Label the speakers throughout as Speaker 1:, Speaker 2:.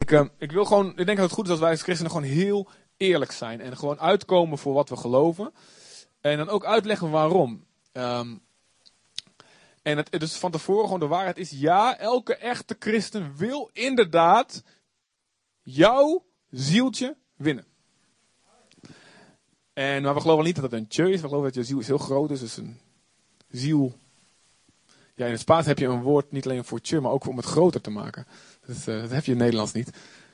Speaker 1: Ik denk dat het goed is als wij als christenen gewoon heel eerlijk zijn. En gewoon uitkomen voor wat we geloven. En dan ook uitleggen waarom. Dus van tevoren gewoon de waarheid is, ja, elke echte christen wil inderdaad jouw zieltje winnen. Maar we geloven niet dat het een tje is. We geloven dat je ziel is heel groot is. Dus een ziel. Ja, in het Spaans heb je een woord niet alleen voor tje, maar ook om het groter te maken. Dat heb je in het Nederlands niet.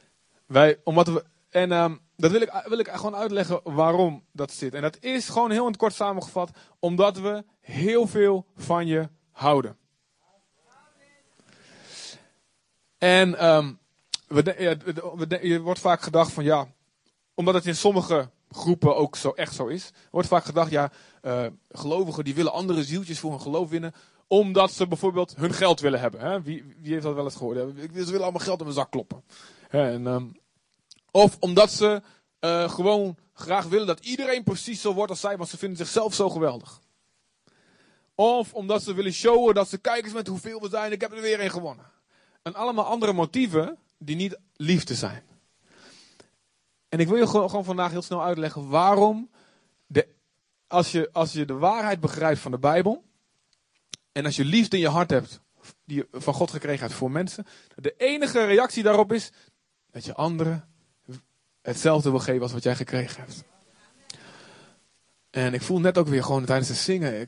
Speaker 1: Dat wil ik gewoon uitleggen waarom dat zit. En dat is gewoon heel in het kort samengevat, omdat we heel veel van je houden. En je wordt vaak gedacht van ja, omdat het in sommige groepen ook echt zo is, wordt vaak gedacht ja, gelovigen die willen andere zieltjes voor hun geloof winnen, omdat ze bijvoorbeeld hun geld willen hebben. Hè? Wie heeft dat wel eens gehoord? Ze willen allemaal geld in mijn zak kloppen. Of omdat ze gewoon graag willen dat iedereen precies zo wordt als zij, want ze vinden zichzelf zo geweldig. Of omdat ze willen showen dat ze kijk eens met hoeveel we zijn, ik heb er weer een gewonnen. En allemaal andere motieven die niet liefde zijn. En ik wil je gewoon vandaag heel snel uitleggen waarom, als je de waarheid begrijpt van de Bijbel, en als je liefde in je hart hebt, die je van God gekregen hebt voor mensen, de enige reactie daarop is dat je anderen hetzelfde wil geven als wat jij gekregen hebt. En ik voel net ook weer gewoon tijdens het zingen,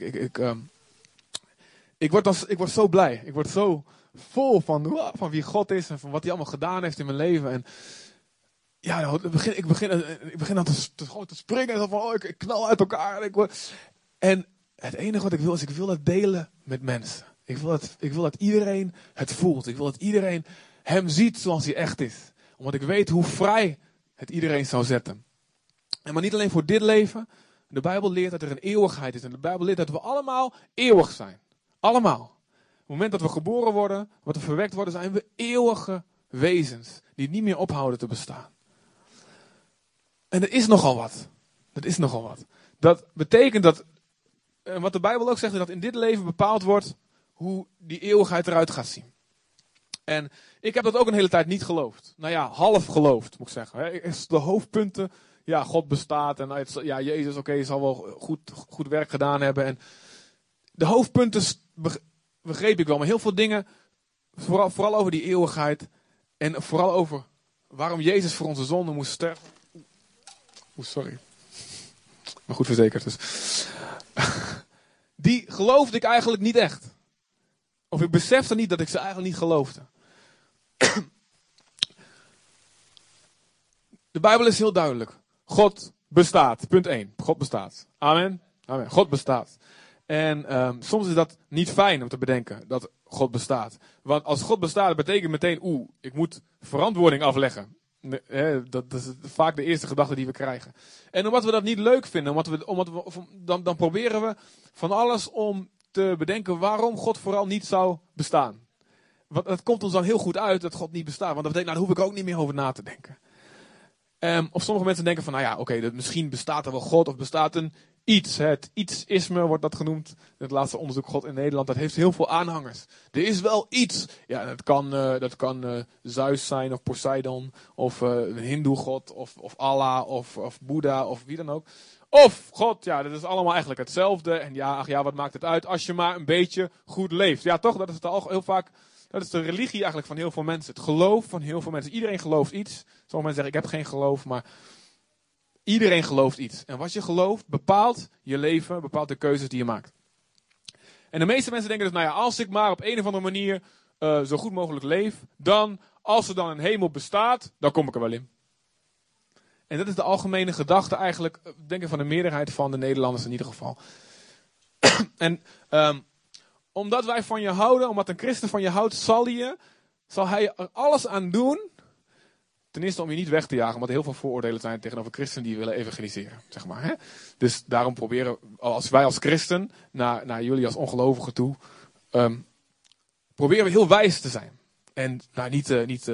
Speaker 1: ik word zo blij. Ik word zo vol van wie God is en van wat hij allemaal gedaan heeft in mijn leven. En ja, ik begin dan te springen. En van, ik knal uit elkaar. En het enige wat ik wil, is ik wil dat delen met mensen. Ik wil dat iedereen het voelt. Ik wil dat iedereen hem ziet zoals hij echt is. Omdat ik weet hoe vrij het iedereen zou zetten. Maar niet alleen voor dit leven. De Bijbel leert dat er een eeuwigheid is. En de Bijbel leert dat we allemaal eeuwig zijn. Allemaal. Op het moment dat we geboren worden, wat we verwekt worden, zijn we eeuwige wezens. Die niet meer ophouden te bestaan. En dat is nogal wat. Dat betekent dat, wat de Bijbel ook zegt, is dat in dit leven bepaald wordt hoe die eeuwigheid eruit gaat zien. En ik heb dat ook een hele tijd niet geloofd. Nou ja, half geloofd, moet ik zeggen. De hoofdpunten, ja, God bestaat en ja, Jezus, oké, zal wel goed werk gedaan hebben. En de hoofdpunten begreep ik wel, maar heel veel dingen, vooral over die eeuwigheid en vooral over waarom Jezus voor onze zonde moest sterven. Sorry. Maar goed verzekerd dus. Die geloofde ik eigenlijk niet echt. Of ik besefte niet dat ik ze eigenlijk niet geloofde. De Bijbel is heel duidelijk. God bestaat. Punt 1. God bestaat. Amen. Amen. God bestaat. En soms is dat niet fijn om te bedenken dat God bestaat. Want als God bestaat, dat betekent meteen, ik moet verantwoording afleggen. Dat is vaak de eerste gedachte die we krijgen. En omdat we dat niet leuk vinden, dan proberen we van alles om te bedenken waarom God vooral niet zou bestaan. Want het komt ons dan heel goed uit dat God niet bestaat. Want dat betekent, daar hoef ik ook niet meer over na te denken. Of sommige mensen denken van, nou ja, oké, misschien bestaat er wel God of bestaat een iets. Het iets-isme wordt dat genoemd. Het laatste onderzoek God in Nederland, dat heeft heel veel aanhangers. Er is wel iets. Ja, dat kan Zeus zijn of Poseidon of een hindoe-god of Allah of Boeddha of wie dan ook. Of God, ja, dat is allemaal eigenlijk hetzelfde. En ja, wat maakt het uit als je maar een beetje goed leeft. Ja, toch, dat is het al heel vaak. Dat is de religie eigenlijk van heel veel mensen. Het geloof van heel veel mensen. Iedereen gelooft iets. Sommige mensen zeggen, ik heb geen geloof, maar iedereen gelooft iets. En wat je gelooft bepaalt je leven, bepaalt de keuzes die je maakt. En de meeste mensen denken dus, nou ja, als ik maar op een of andere manier zo goed mogelijk leef, dan, als er dan een hemel bestaat, dan kom ik er wel in. En dat is de algemene gedachte eigenlijk, denk ik, van de meerderheid van de Nederlanders in ieder geval. En omdat wij van je houden, omdat een christen van je houdt, zal hij er alles aan doen. Ten eerste om je niet weg te jagen, omdat er heel veel vooroordelen zijn tegenover christenen die je willen evangeliseren. Zeg maar, hè? Dus daarom proberen wij als christen, naar jullie als ongelovigen toe, proberen we heel wijs te zijn. En niet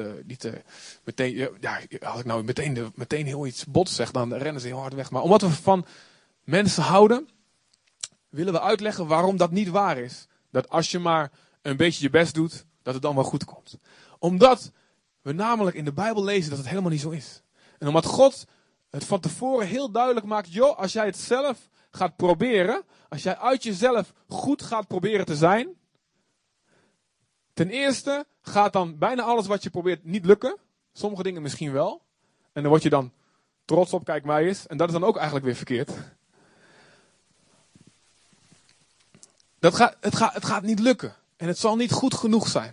Speaker 1: meteen, ja, als ik nou meteen heel iets bots zeg, dan rennen ze heel hard weg. Maar omdat we van mensen houden, willen we uitleggen waarom dat niet waar is. Dat als je maar een beetje je best doet, dat het dan wel goed komt. Omdat we namelijk in de Bijbel lezen dat het helemaal niet zo is. En omdat God het van tevoren heel duidelijk maakt, joh, als jij het zelf gaat proberen, als jij uit jezelf goed gaat proberen te zijn, ten eerste gaat dan bijna alles wat je probeert niet lukken. Sommige dingen misschien wel. En dan word je dan trots op, kijk mij eens. En dat is dan ook eigenlijk weer verkeerd. Het gaat niet lukken. En het zal niet goed genoeg zijn.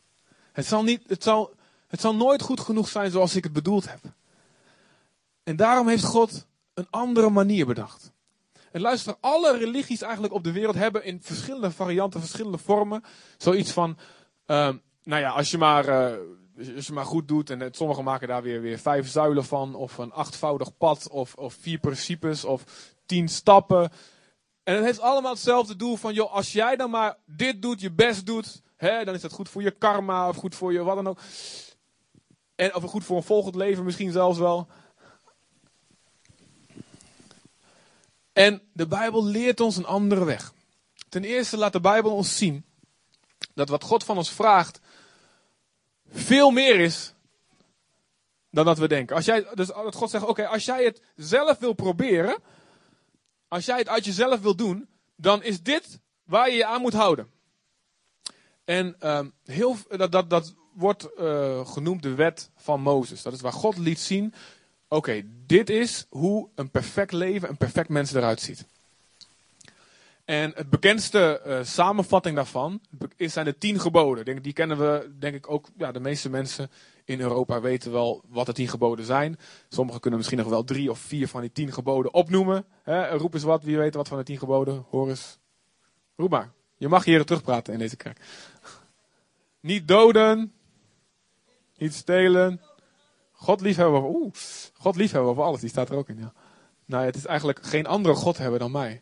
Speaker 1: Het zal nooit goed genoeg zijn zoals ik het bedoeld heb. En daarom heeft God een andere manier bedacht. En luister, alle religies eigenlijk op de wereld hebben in verschillende varianten, verschillende vormen, zoiets van, als je maar goed doet, en sommigen maken daar weer 5 zuilen van, of een 8voudig pad, of 4 principes, of 10 stappen. En het heeft allemaal hetzelfde doel van, joh, als jij dan maar dit doet, je best doet, dan is dat goed voor je karma, of goed voor je wat dan ook. Of goed voor een volgend leven misschien zelfs wel. En de Bijbel leert ons een andere weg. Ten eerste laat de Bijbel ons zien dat wat God van ons vraagt veel meer is dan dat we denken. Dus dat God zegt, oké, als jij het zelf wil proberen, als jij het uit jezelf wil doen, dan is dit waar je je aan moet houden. En dat wordt genoemd de wet van Mozes. Dat is waar God liet zien, oké, dit is hoe een perfect leven, een perfect mens eruit ziet. En het bekendste samenvatting daarvan zijn de 10 geboden. Die kennen we, denk ik ook, ja, de meeste mensen in Europa weten wel wat de 10 geboden zijn. Sommigen kunnen misschien nog wel 3 of 4 van die 10 geboden opnoemen. Roep eens wat, wie weet wat van de 10 geboden. Hoor eens. Roep maar. Je mag hier terugpraten in deze kerk. Niet doden. Niet stelen. God liefhebben over alles. Die staat er ook in. Ja. Nou, het is eigenlijk geen andere God hebben dan mij.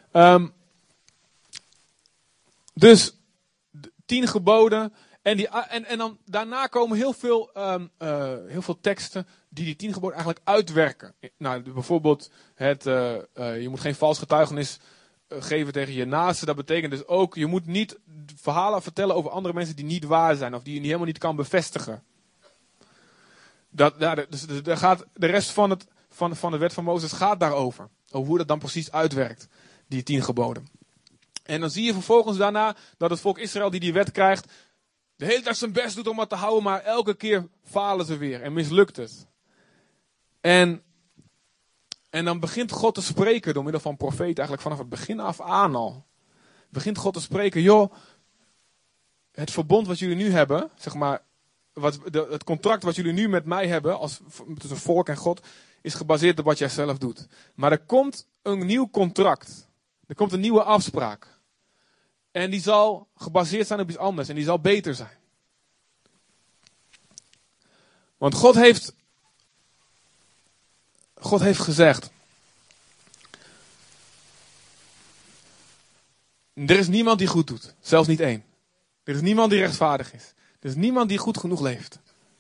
Speaker 1: Dus 10 geboden. En dan daarna komen heel veel teksten die 10 geboden eigenlijk uitwerken. Nou, bijvoorbeeld je moet geen vals getuigenis geven tegen je naaste. Dat betekent dus ook, je moet niet verhalen vertellen over andere mensen die niet waar zijn. Of die je helemaal niet kan bevestigen. Dus daar gaat de rest van de wet van Mozes gaat daarover. Over hoe dat dan precies uitwerkt. Die 10 geboden. En dan zie je vervolgens daarna dat het volk Israël die wet krijgt, de hele tijd zijn best doet om het te houden, maar elke keer falen ze weer en mislukt het. En dan begint God te spreken door middel van profeten, eigenlijk vanaf het begin af aan al. Begint God te spreken, joh, het verbond wat jullie nu hebben, zeg maar, het contract wat jullie nu met mij hebben, tussen volk en God, is gebaseerd op wat jij zelf doet. Maar er komt een nieuw contract. Er komt een nieuwe afspraak. En die zal gebaseerd zijn op iets anders. En die zal beter zijn. Want God heeft gezegd. Er is niemand die goed doet. Zelfs niet één. Er is niemand die rechtvaardig is. Er is niemand die goed genoeg leeft.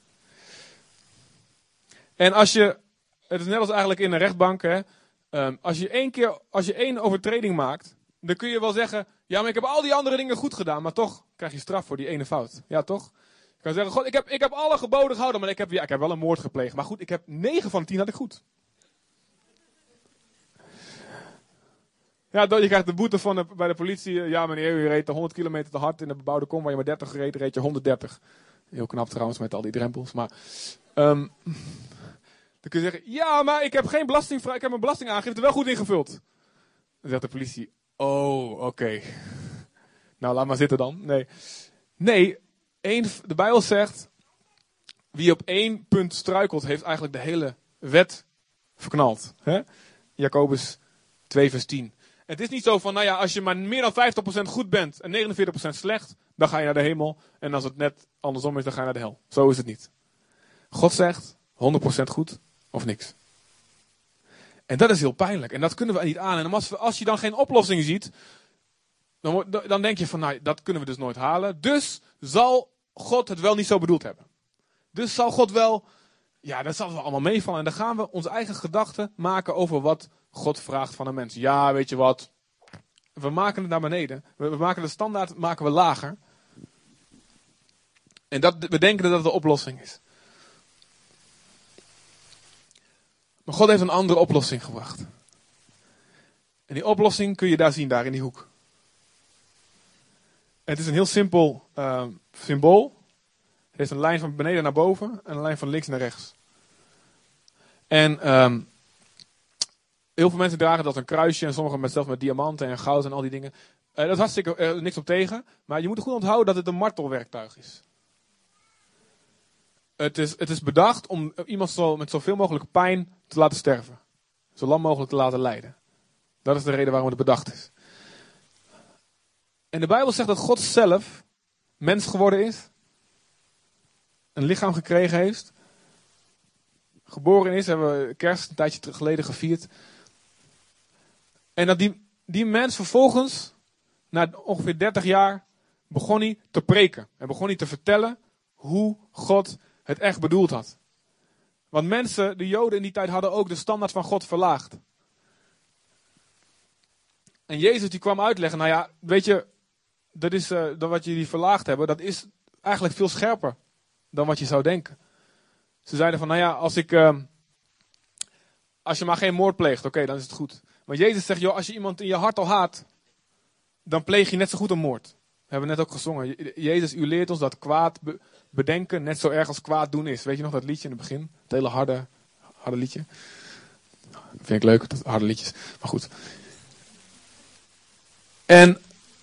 Speaker 1: En het is net als eigenlijk in een rechtbank. Hè, als je 1 overtreding maakt, dan kun je wel zeggen, ja, maar ik heb al die andere dingen goed gedaan, maar toch krijg je straf voor die ene fout. Ja, toch? Je kan zeggen, God, ik heb alle geboden gehouden, maar ik heb wel een moord gepleegd. Maar goed, ik heb 9 van de 10 had ik goed. Ja, je krijgt de boete bij de politie. Ja, meneer, u reed 100 kilometer te hard in de bebouwde kom, waar je maar 30 reed je 130. Heel knap trouwens, met al die drempels. Maar dan kun je zeggen, ja, maar ik heb geen belastingvrij, ik heb mijn belastingaangifte wel goed ingevuld. Dan zegt de politie, oh, oké. Nou, laat maar zitten dan. Nee, de Bijbel zegt, wie op 1 punt struikelt, heeft eigenlijk de hele wet verknald. Hè? Jacobus 2 vers 10. Het is niet zo van, nou ja, als je maar meer dan 50% goed bent en 49% slecht, dan ga je naar de hemel. En als het net andersom is, dan ga je naar de hel. Zo is het niet. God zegt, 100% goed of niks. En dat is heel pijnlijk. En dat kunnen we niet aan. En als je dan geen oplossing ziet, dan denk je van, nou, dat kunnen we dus nooit halen. Dus zal God het wel niet zo bedoeld hebben. Dus zal God wel, ja, dat zal wel allemaal meevallen. En dan gaan we onze eigen gedachten maken over wat God vraagt van een mens. Ja, weet je wat, we maken het naar beneden. We maken de standaard lager. En we denken dat het de oplossing is. Maar God heeft een andere oplossing gebracht. En die oplossing kun je daar zien, daar in die hoek. Het is een heel simpel symbool. Het heeft een lijn van beneden naar boven en een lijn van links naar rechts. En heel veel mensen dragen dat een kruisje en sommigen zelfs met diamanten en goud en al die dingen. Dat is hartstikke niks op tegen. Maar je moet er goed onthouden dat het een martelwerktuig is. Het is bedacht om iemand met zoveel mogelijk pijn te laten sterven. Zo lang mogelijk te laten lijden. Dat is de reden waarom het bedacht is. En de Bijbel zegt dat God zelf mens geworden is. Een lichaam gekregen heeft. Geboren is, hebben we kerst een tijdje geleden gevierd. En dat die mens vervolgens, na ongeveer 30 jaar, begon hij te preken. En begon hij te vertellen hoe God het echt bedoeld had. Want mensen, de Joden in die tijd, hadden ook de standaard van God verlaagd. En Jezus die kwam uitleggen, nou ja, weet je, dat is dat wat jullie verlaagd hebben, dat is eigenlijk veel scherper dan wat je zou denken. Ze zeiden van, nou ja, als je maar geen moord pleegt, oké, dan is het goed. Maar Jezus zegt, joh, als je iemand in je hart al haat, dan pleeg je net zo goed een moord. We hebben net ook gezongen. Jezus, u leert ons dat kwaad bedenken net zo erg als kwaad doen is. Weet je nog dat liedje in het begin? Het hele harde liedje. Dat vind ik leuk, dat harde liedjes. Maar goed. En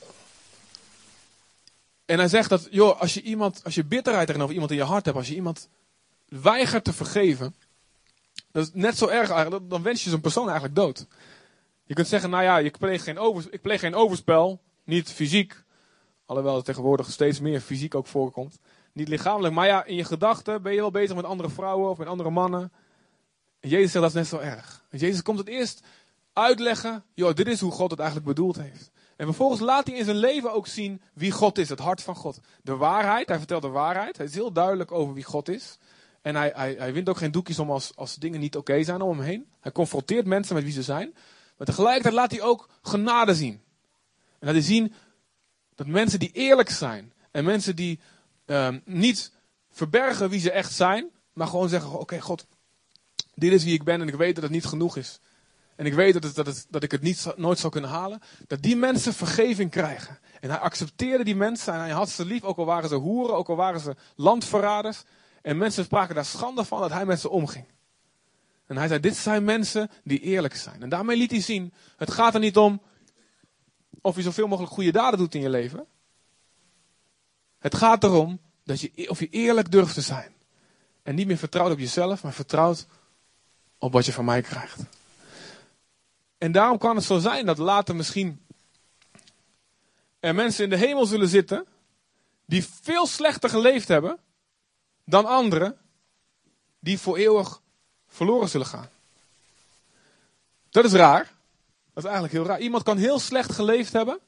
Speaker 1: hij zegt dat, joh, als je bitterheid tegenover iemand in je hart hebt, als je iemand weigert te vergeven, dat is net zo erg eigenlijk, dan wens je zo'n persoon eigenlijk dood. Je kunt zeggen, nou ja, ik pleeg geen overspel, niet fysiek, alhoewel het tegenwoordig steeds meer fysiek ook voorkomt. Niet lichamelijk, maar ja, in je gedachten ben je wel bezig met andere vrouwen of met andere mannen. En Jezus zegt, dat is net zo erg. En Jezus komt het eerst uitleggen, joh, dit is hoe God het eigenlijk bedoeld heeft. En vervolgens laat hij in zijn leven ook zien wie God is, het hart van God. De waarheid, hij vertelt de waarheid. Hij is heel duidelijk over wie God is. En hij wint ook geen doekjes om als dingen niet oké zijn om hem heen. Hij confronteert mensen met wie ze zijn. Maar tegelijkertijd laat hij ook genade zien. En laat hij zien dat mensen die eerlijk zijn. En mensen die niet verbergen wie ze echt zijn. Maar gewoon zeggen, oké, God, dit is wie ik ben en ik weet dat het niet genoeg is. En ik weet dat ik het nooit zou kunnen halen. Dat die mensen vergeving krijgen. En hij accepteerde die mensen en hij had ze lief. Ook al waren ze hoeren, ook al waren ze landverraders. En mensen spraken daar schande van dat hij met ze omging. En hij zei, dit zijn mensen die eerlijk zijn. En daarmee liet hij zien, het gaat er niet om of je zoveel mogelijk goede daden doet in je leven. Het gaat erom of je eerlijk durft te zijn. En niet meer vertrouwt op jezelf, maar vertrouwt op wat je van mij krijgt. En daarom kan het zo zijn dat later misschien er mensen in de hemel zullen zitten die veel slechter geleefd hebben dan anderen die voor eeuwig verloren zullen gaan. Dat is raar. Dat is eigenlijk heel raar. Iemand kan heel slecht geleefd hebben,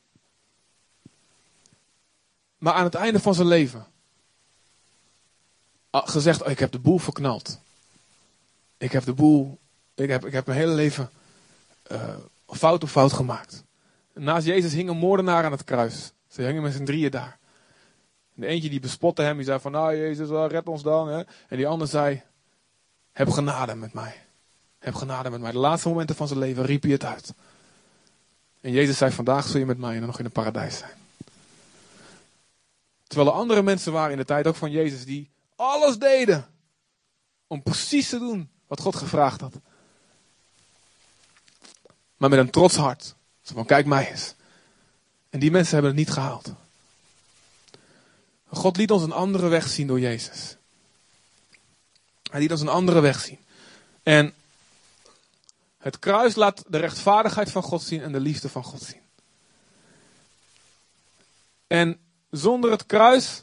Speaker 1: maar aan het einde van zijn leven gezegd, ik heb de boel verknald. Ik heb mijn hele leven fout op fout gemaakt. Naast Jezus hing een moordenaar aan het kruis. Ze hingen met z'n drieën daar. En de eentje die bespotte hem, die zei van, nou Jezus, red ons dan. Hè? En die ander zei, heb genade met mij. Heb genade met mij. De laatste momenten van zijn leven riep hij het uit. En Jezus zei, vandaag zul je met mij nog in het paradijs zijn. Terwijl er andere mensen waren in de tijd, ook van Jezus, die alles deden om precies te doen wat God gevraagd had. Maar met een trots hart. Zo van, kijk mij eens. En die mensen hebben het niet gehaald. God liet ons een andere weg zien door Jezus. Hij liet ons een andere weg zien. En het kruis laat de rechtvaardigheid van God zien en de liefde van God zien. En zonder het kruis,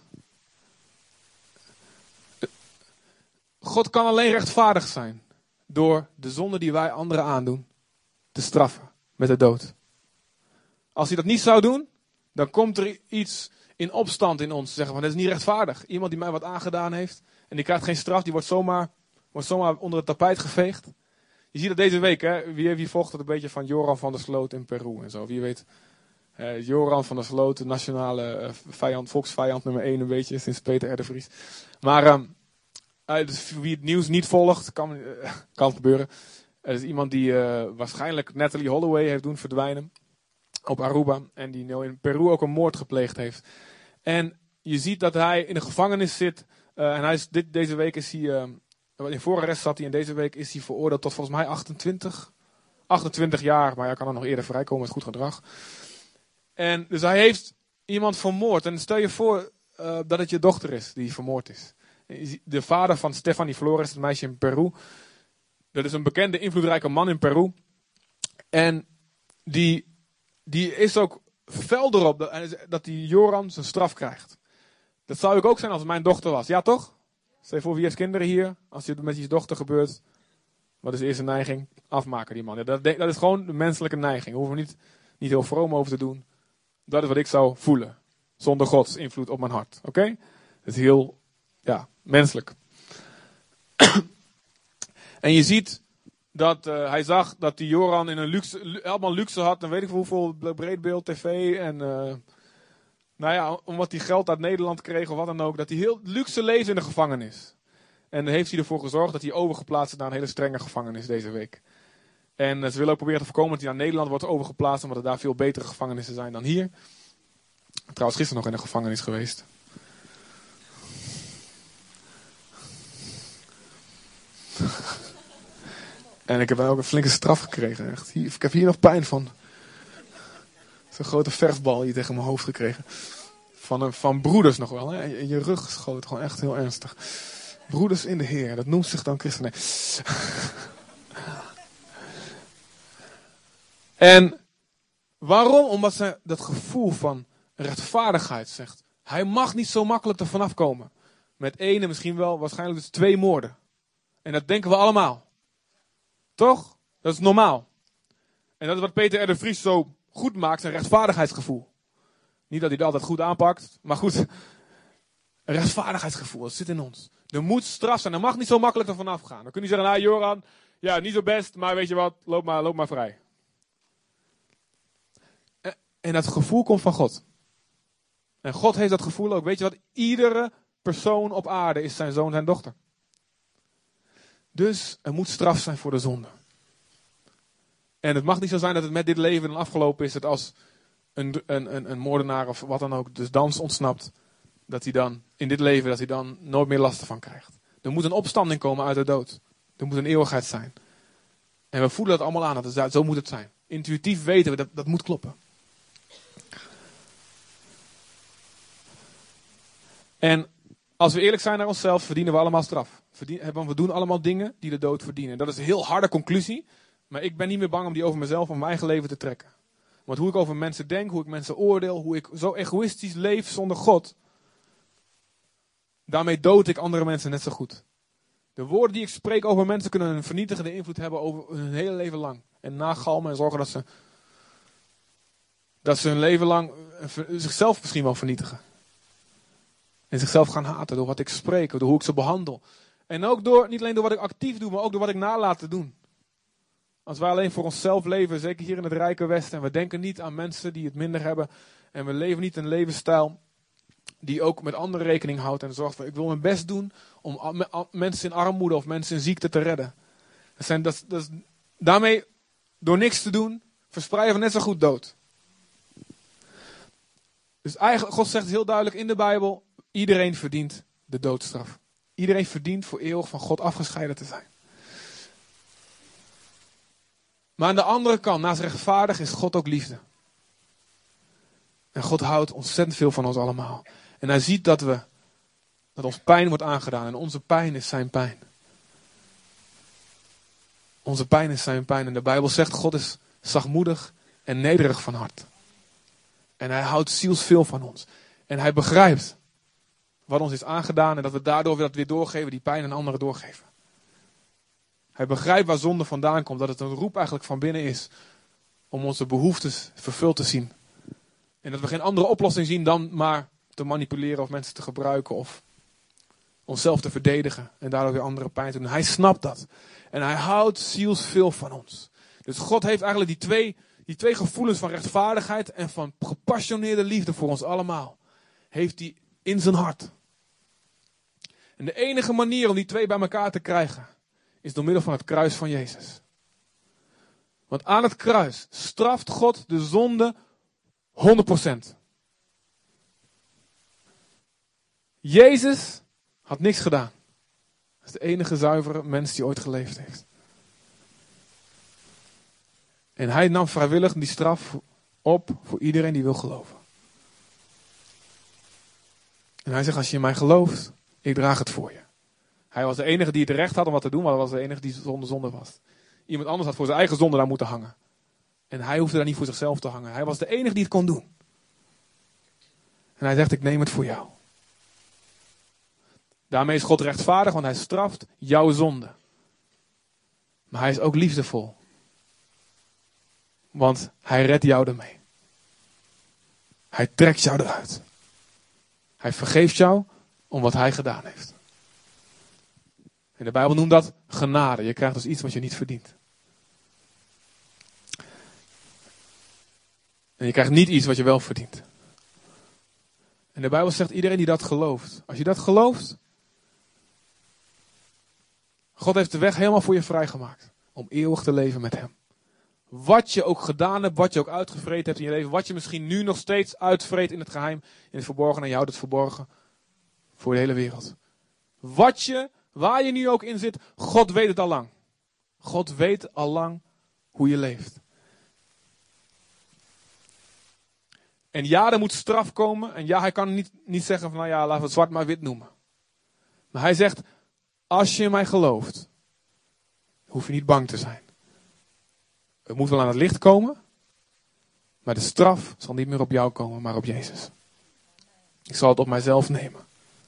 Speaker 1: God kan alleen rechtvaardig zijn door de zonde die wij anderen aandoen te straffen met de dood. Als hij dat niet zou doen, dan komt er iets in opstand in ons. Zeggen van, dat is niet rechtvaardig. Iemand die mij wat aangedaan heeft en die krijgt geen straf, die wordt zomaar onder het tapijt geveegd. Je ziet dat deze week, hè? Wie volgt het een beetje van Joran van der Sloot in Peru en zo. Wie weet Joran van der Sloot, de nationale vijand, volksvijand nummer 1 een beetje, sinds Peter R. de Vries. Maar dus wie het nieuws niet volgt, kan gebeuren. Er is iemand die waarschijnlijk Natalie Holloway heeft doen verdwijnen op Aruba. En die nu in Peru ook een moord gepleegd heeft. En je ziet dat hij in de gevangenis zit. En hij is deze week is hij, in voorarrest zat hij en deze week is hij veroordeeld tot volgens mij 28 jaar. Maar hij kan er nog eerder vrijkomen met goed gedrag. En dus hij heeft iemand vermoord. En stel je voor dat het je dochter is die vermoord is. De vader van Stephanie Flores, het meisje in Peru. Dat is een bekende, invloedrijke man in Peru. En die is ook fel erop dat die Joran zijn straf krijgt. Dat zou ik ook zijn als het mijn dochter was. Ja, toch? Stel je voor, wie heeft kinderen hier? Als het met je dochter gebeurt, wat is de eerste neiging? Afmaken die man. Ja, dat is gewoon de menselijke neiging. Daar hoeven we niet heel vroom over te doen. Dat is wat ik zou voelen. Zonder Gods invloed op mijn hart. Oké? Het is heel, menselijk. En je ziet dat hij zag dat die Joran in een allemaal luxe had. En weet ik hoeveel breedbeeld, tv en... omdat hij geld uit Nederland kreeg of wat dan ook. Dat hij heel luxe leefde in de gevangenis. En dan heeft hij ervoor gezorgd dat hij overgeplaatst is naar een hele strenge gevangenis deze week. En ze willen ook proberen te voorkomen dat hij naar Nederland wordt overgeplaatst. Omdat er daar veel betere gevangenissen zijn dan hier. Trouwens, gisteren nog in de gevangenis geweest. En ik heb ook een flinke straf gekregen. Echt. Ik heb hier nog pijn van. Zo'n grote verfbal hier tegen mijn hoofd gekregen. Van broeders nog wel. Hè? In je rug geschoten. Gewoon echt heel ernstig. Broeders in de Heer. Dat noemt zich dan christen. Nee. En waarom? Omdat ze dat gevoel van rechtvaardigheid zegt. Hij mag niet zo makkelijk er vanaf komen. Met één en misschien wel waarschijnlijk dus 2 moorden. En dat denken we allemaal. Toch? Dat is normaal. En dat is wat Peter R. de Vries zo goed maakt, zijn rechtvaardigheidsgevoel. Niet dat hij het altijd goed aanpakt, maar goed. Een rechtvaardigheidsgevoel, dat zit in ons. Er moet straf zijn, er mag niet zo makkelijk er vanaf gaan. Dan kun je zeggen, Joran, ja, niet zo best, maar weet je wat, loop maar vrij. En dat gevoel komt van God. En God heeft dat gevoel ook. Weet je wat, iedere persoon op aarde is zijn zoon, zijn dochter. Dus er moet straf zijn voor de zonde. En het mag niet zo zijn dat het met dit leven dan afgelopen is. Dat als een moordenaar of wat dan ook dus dans ontsnapt. Dat hij dan in dit leven dat hij dan nooit meer last ervan krijgt. Er moet een opstanding komen uit de dood. Er moet een eeuwigheid zijn. En we voelen dat allemaal aan. Zo moet het zijn. Intuïtief weten we dat moet kloppen. En als we eerlijk zijn naar onszelf, verdienen we allemaal straf. We doen allemaal dingen die de dood verdienen. Dat is een heel harde conclusie. Maar ik ben niet meer bang om die over mezelf, om mijn eigen leven te trekken. Want hoe ik over mensen denk, hoe ik mensen oordeel, hoe ik zo egoïstisch leef zonder God. Daarmee dood ik andere mensen net zo goed. De woorden die ik spreek over mensen kunnen een vernietigende invloed hebben over hun hele leven lang. En nagalmen en zorgen dat ze hun leven lang zichzelf misschien wel vernietigen. En zichzelf gaan haten door wat ik spreek, door hoe ik ze behandel. En ook niet alleen door wat ik actief doe, maar ook door wat ik nalaat te doen. Als wij alleen voor onszelf leven, zeker hier in het rijke Westen, en we denken niet aan mensen die het minder hebben. En we leven niet een levensstijl die ook met anderen rekening houdt en zorgt voor, ik wil mijn best doen om mensen in armoede of mensen in ziekte te redden. Daarmee, door niks te doen, verspreiden we net zo goed dood. Dus eigenlijk, God zegt heel duidelijk in de Bijbel, iedereen verdient de doodstraf. Iedereen verdient voor eeuwig van God afgescheiden te zijn. Maar aan de andere kant, naast rechtvaardig, is God ook liefde. En God houdt ontzettend veel van ons allemaal. En hij ziet dat ons pijn wordt aangedaan. En onze pijn is zijn pijn. Onze pijn is zijn pijn. En de Bijbel zegt, God is zachtmoedig en nederig van hart. En hij houdt zielsveel van ons. En hij begrijpt wat ons is aangedaan. En dat we daardoor dat weer doorgeven, die pijn aan anderen doorgeven. Hij begrijpt waar zonde vandaan komt. Dat het een roep eigenlijk van binnen is. Om onze behoeftes vervuld te zien. En dat we geen andere oplossing zien dan maar te manipuleren of mensen te gebruiken. Of onszelf te verdedigen. En daardoor weer andere pijn te doen. Hij snapt dat. En hij houdt zielsveel van ons. Dus God heeft eigenlijk Die twee gevoelens van rechtvaardigheid en van gepassioneerde liefde voor ons allemaal, heeft hij in zijn hart. En de enige manier om die twee bij elkaar te krijgen, is door middel van het kruis van Jezus. Want aan het kruis straft God de zonde 100%. Jezus had niks gedaan. Dat is de enige zuivere mens die ooit geleefd heeft. En hij nam vrijwillig die straf op voor iedereen die wil geloven. En hij zegt, als je in mij gelooft, ik draag het voor je. Hij was de enige die het recht had om wat te doen, maar hij was de enige die zonder zonde was. Iemand anders had voor zijn eigen zonde daar moeten hangen. En hij hoefde daar niet voor zichzelf te hangen. Hij was de enige die het kon doen. En hij zegt, ik neem het voor jou. Daarmee is God rechtvaardig, want hij straft jouw zonde. Maar hij is ook liefdevol. Want hij redt jou ermee. Hij trekt jou eruit. Hij vergeeft jou om wat hij gedaan heeft. En de Bijbel noemt dat genade. Je krijgt dus iets wat je niet verdient. En je krijgt niet iets wat je wel verdient. En de Bijbel zegt, iedereen die dat gelooft. Als je dat gelooft. God heeft de weg helemaal voor je vrijgemaakt. Om eeuwig te leven met hem. Wat je ook gedaan hebt, wat je ook uitgevreten hebt in je leven. Wat je misschien nu nog steeds uitvreet in het geheim, in het verborgen. En je houdt het verborgen voor de hele wereld. Waar je nu ook in zit, God weet het al lang. God weet al lang hoe je leeft. En ja, er moet straf komen. En ja, hij kan niet zeggen van, nou ja, laten we het zwart maar wit noemen. Maar hij zegt, als je in mij gelooft, hoef je niet bang te zijn. Het moet wel aan het licht komen. Maar de straf zal niet meer op jou komen, maar op Jezus. Ik zal het op mijzelf nemen.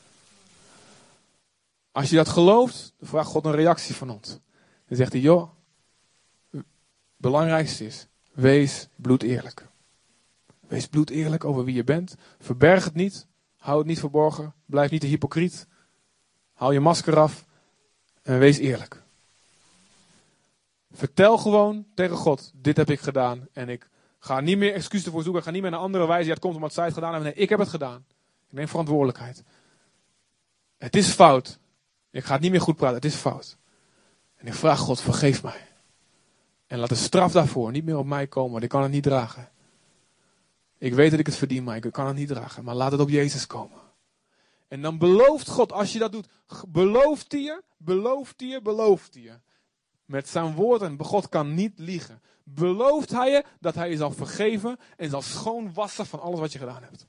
Speaker 1: Als je dat gelooft, dan vraagt God een reactie van ons. Dan zegt hij, joh, het belangrijkste is, wees bloedeerlijk. Wees bloedeerlijk over wie je bent. Verberg het niet. Hou het niet verborgen. Blijf niet een hypocriet. Haal je masker af. En wees eerlijk. Vertel gewoon tegen God, dit heb ik gedaan. En ik ga niet meer excuses ervoor zoeken. Ik ga niet meer naar andere wijze. Ja, het komt omdat zij het gedaan hebben. Nee, ik heb het gedaan. Ik neem verantwoordelijkheid. Het is fout. Ik ga het niet meer goed praten. Het is fout. En ik vraag God, vergeef mij. En laat de straf daarvoor niet meer op mij komen. Want ik kan het niet dragen. Ik weet dat ik het verdien, maar ik kan het niet dragen. Maar laat het op Jezus komen. En dan belooft God, als je dat doet, belooft hij je. Met zijn woord, en God kan niet liegen. Belooft hij je dat hij je zal vergeven en zal schoonwassen van alles wat je gedaan hebt.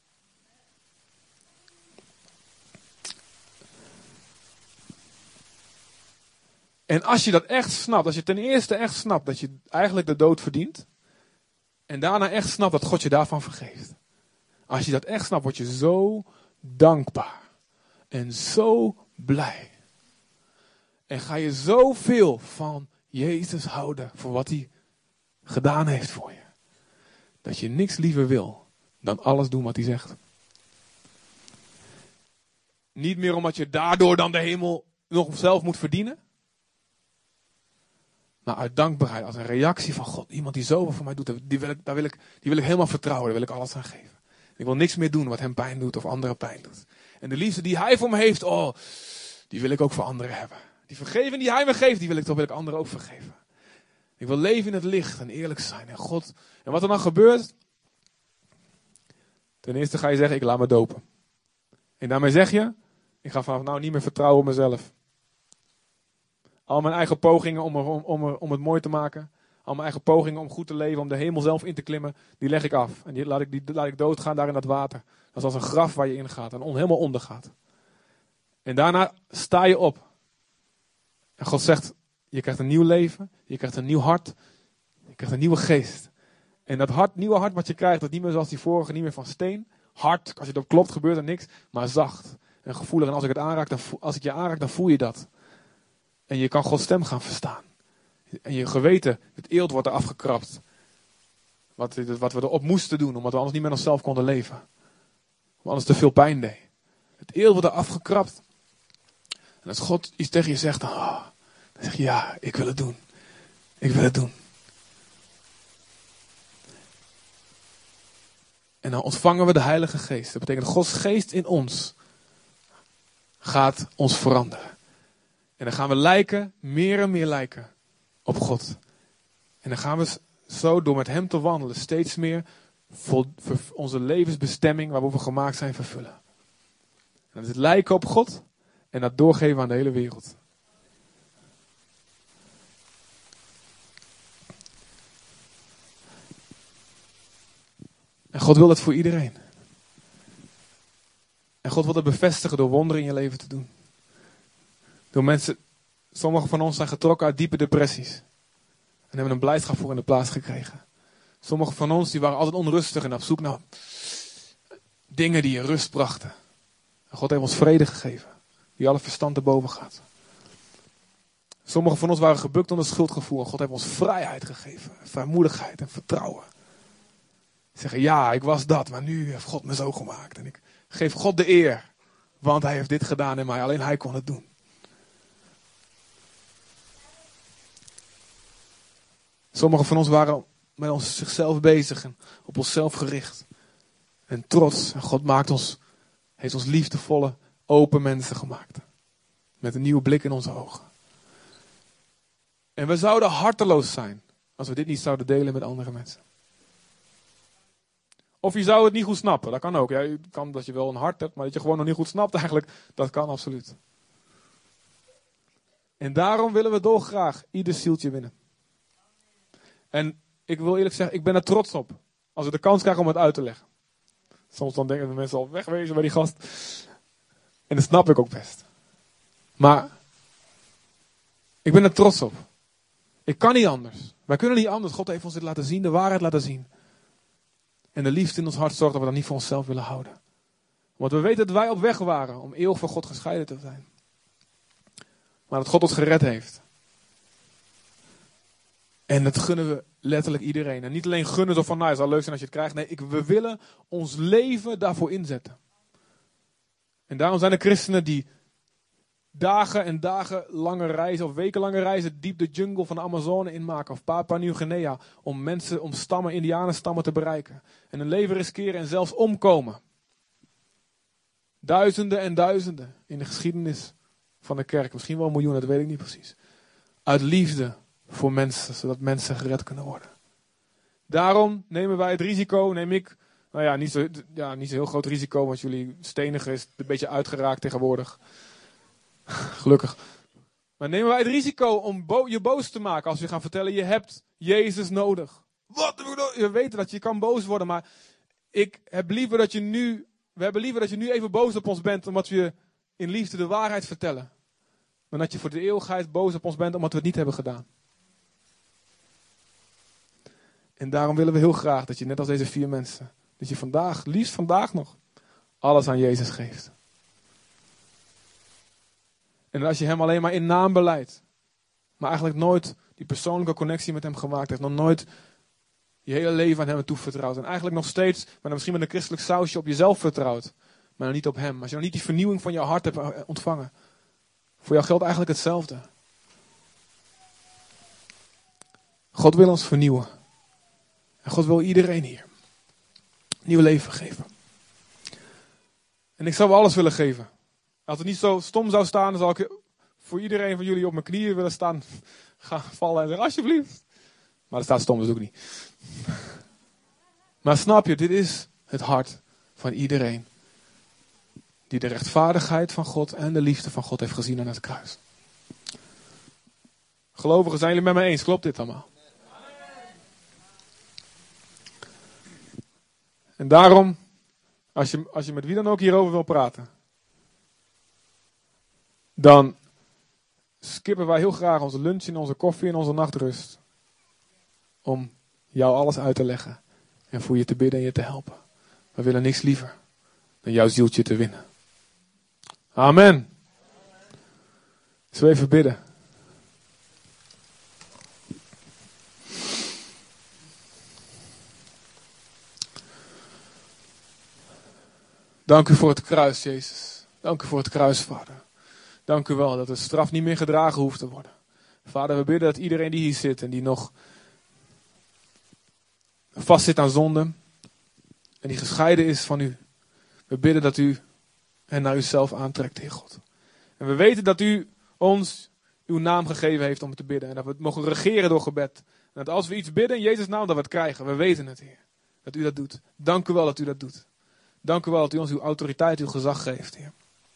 Speaker 1: En als je dat echt snapt, als je ten eerste echt snapt dat je eigenlijk de dood verdient. En daarna echt snapt dat God je daarvan vergeeft. Als je dat echt snapt, word je zo dankbaar. En zo blij. En ga je zoveel van Jezus houden voor wat hij gedaan heeft voor je. Dat je niks liever wil dan alles doen wat hij zegt. Niet meer omdat je daardoor dan de hemel nog zelf moet verdienen. Maar uit dankbaarheid, als een reactie van God. Iemand die zoveel voor mij doet, die wil ik helemaal vertrouwen. Daar wil ik alles aan geven. Ik wil niks meer doen wat hem pijn doet of anderen pijn doet. En de liefde die hij voor me heeft, die wil ik ook voor anderen hebben. Die vergeving die hij me geeft, die wil ik anderen ook vergeven. Ik wil leven in het licht en eerlijk zijn. En God, en wat er dan gebeurt. Ten eerste ga je zeggen, ik laat me dopen. En daarmee zeg je, ik ga vanaf nou niet meer vertrouwen op mezelf. Al mijn eigen pogingen om het mooi te maken. Al mijn eigen pogingen om goed te leven, om de hemel zelf in te klimmen. Die leg ik af. En die laat ik doodgaan daar in dat water. Dat is als een graf waar je in gaat en helemaal ondergaat. En daarna sta je op. En God zegt, je krijgt een nieuw leven. Je krijgt een nieuw hart. Je krijgt een nieuwe geest. En dat nieuwe hart wat je krijgt, dat niet meer zoals die vorige, niet meer van steen. Hard, als je erop klopt gebeurt er niks. Maar zacht en gevoelig. En als ik je aanraak, dan voel je dat. En je kan Gods stem gaan verstaan. En je geweten, het eelt wordt er afgekrapt. Wat we erop moesten doen, omdat we anders niet met onszelf konden leven. Omdat anders te veel pijn deed. Het eelt wordt er afgekrapt. En als God iets tegen je zegt, dan zeg je ja, ik wil het doen. Ik wil het doen. En dan ontvangen we de Heilige Geest. Dat betekent dat Gods Geest in ons gaat ons veranderen. En dan gaan we lijken, meer en meer lijken op God. En dan gaan we zo door met hem te wandelen steeds meer onze levensbestemming waar we gemaakt zijn vervullen. En dat is het lijken op God en dat doorgeven aan de hele wereld. En God wil dat voor iedereen. En God wil dat bevestigen door wonderen in je leven te doen. Door mensen, sommigen van ons zijn getrokken uit diepe depressies. En hebben een blijdschap voor in de plaats gekregen. Sommigen van ons die waren altijd onrustig en op zoek naar dingen die je rust brachten. En God heeft ons vrede gegeven. Die alle verstand erboven gaat. Sommigen van ons waren gebukt onder schuldgevoel. En God heeft ons vrijheid gegeven. Vrijmoedigheid en vertrouwen. Zeggen ja, ik was dat, maar nu heeft God me zo gemaakt. En ik geef God de eer. Want hij heeft dit gedaan in mij. Alleen hij kon het doen. Sommigen van ons waren met zichzelf bezig en op onszelf gericht. En trots. En God heeft ons liefdevolle, open mensen gemaakt. Met een nieuwe blik in onze ogen. En we zouden harteloos zijn als we dit niet zouden delen met andere mensen. Of je zou het niet goed snappen, dat kan ook. Ja, het kan dat je wel een hart hebt, maar dat je gewoon nog niet goed snapt eigenlijk. Dat kan absoluut. En daarom willen we dolgraag ieder zieltje winnen. En ik wil eerlijk zeggen, ik ben er trots op. Als we de kans krijgen om het uit te leggen. Soms dan denken de mensen al wegwezen bij die gast. En dat snap ik ook best. Maar ik ben er trots op. Ik kan niet anders. Wij kunnen niet anders. God heeft ons dit laten zien, de waarheid laten zien. En de liefde in ons hart zorgt dat we dat niet voor onszelf willen houden. Want we weten dat wij op weg waren om eeuwig van God gescheiden te zijn. Maar dat God ons gered heeft. En dat gunnen we letterlijk iedereen. En niet alleen gunnen zo van, nou, het zal leuk zijn als je het krijgt. Nee, we willen ons leven daarvoor inzetten. En daarom zijn er christenen die dagen en dagen lange reizen of wekenlange reizen diep de jungle van de Amazone inmaken. Of Papua Nieuw-Guinea. Om stammen, indianenstammen te bereiken. En hun leven riskeren en zelfs omkomen. Duizenden en duizenden in de geschiedenis van de kerk. Misschien wel miljoenen, dat weet ik niet precies. Uit liefde voor mensen, zodat mensen gered kunnen worden. Daarom nemen wij het risico, neem ik, nou ja, niet zo heel groot risico, want jullie stenigen is een beetje uitgeraakt tegenwoordig. Gelukkig. Maar nemen wij het risico om je boos te maken als we gaan vertellen, je hebt Jezus nodig. Wat? We weten dat je kan boos worden, maar we hebben liever dat je nu even boos op ons bent, omdat we je in liefde de waarheid vertellen. Dan dat je voor de eeuwigheid boos op ons bent, omdat we het niet hebben gedaan. En daarom willen we heel graag dat je, net als deze 4 mensen, dat je liefst vandaag nog, alles aan Jezus geeft. En als je hem alleen maar in naam beleidt, maar eigenlijk nooit die persoonlijke connectie met hem gemaakt heeft, nog nooit je hele leven aan hem toevertrouwt. En eigenlijk nog steeds, maar dan misschien met een christelijk sausje op jezelf vertrouwt, maar dan niet op hem. Als je nog niet die vernieuwing van je hart hebt ontvangen. Voor jou geldt eigenlijk hetzelfde. God wil ons vernieuwen. En God wil iedereen hier nieuw leven geven. En ik zou wel alles willen geven. Als het niet zo stom zou staan, dan zou ik voor iedereen van jullie op mijn knieën willen staan. Gaan vallen en zeggen, alsjeblieft. Maar dat staat stom dus ook niet. Maar snap je, dit is het hart van iedereen. Die de rechtvaardigheid van God en de liefde van God heeft gezien aan het kruis. Gelovigen, zijn jullie met mij eens? Klopt dit allemaal? En daarom, als je met wie dan ook hierover wil praten, dan skippen wij heel graag onze lunch en onze koffie en onze nachtrust. Om jou alles uit te leggen. En voor je te bidden en je te helpen. We willen niks liever dan jouw zieltje te winnen. Amen. Zullen we even bidden? Dank u voor het kruis, Jezus. Dank u voor het kruis, Vader. Dank u wel dat de straf niet meer gedragen hoeft te worden. Vader, we bidden dat iedereen die hier zit en die nog vast zit aan zonde, En die gescheiden is van u. We bidden dat u hen naar uzelf aantrekt, Heer God. En we weten dat u ons uw naam gegeven heeft om het te bidden. En dat we het mogen regeren door gebed. En dat als we iets bidden in Jezus' naam, dat we het krijgen. We weten het, Heer. Dat u dat doet. Dank u wel dat u dat doet. Dank u wel dat u ons uw autoriteit, uw gezag geeft, Heer.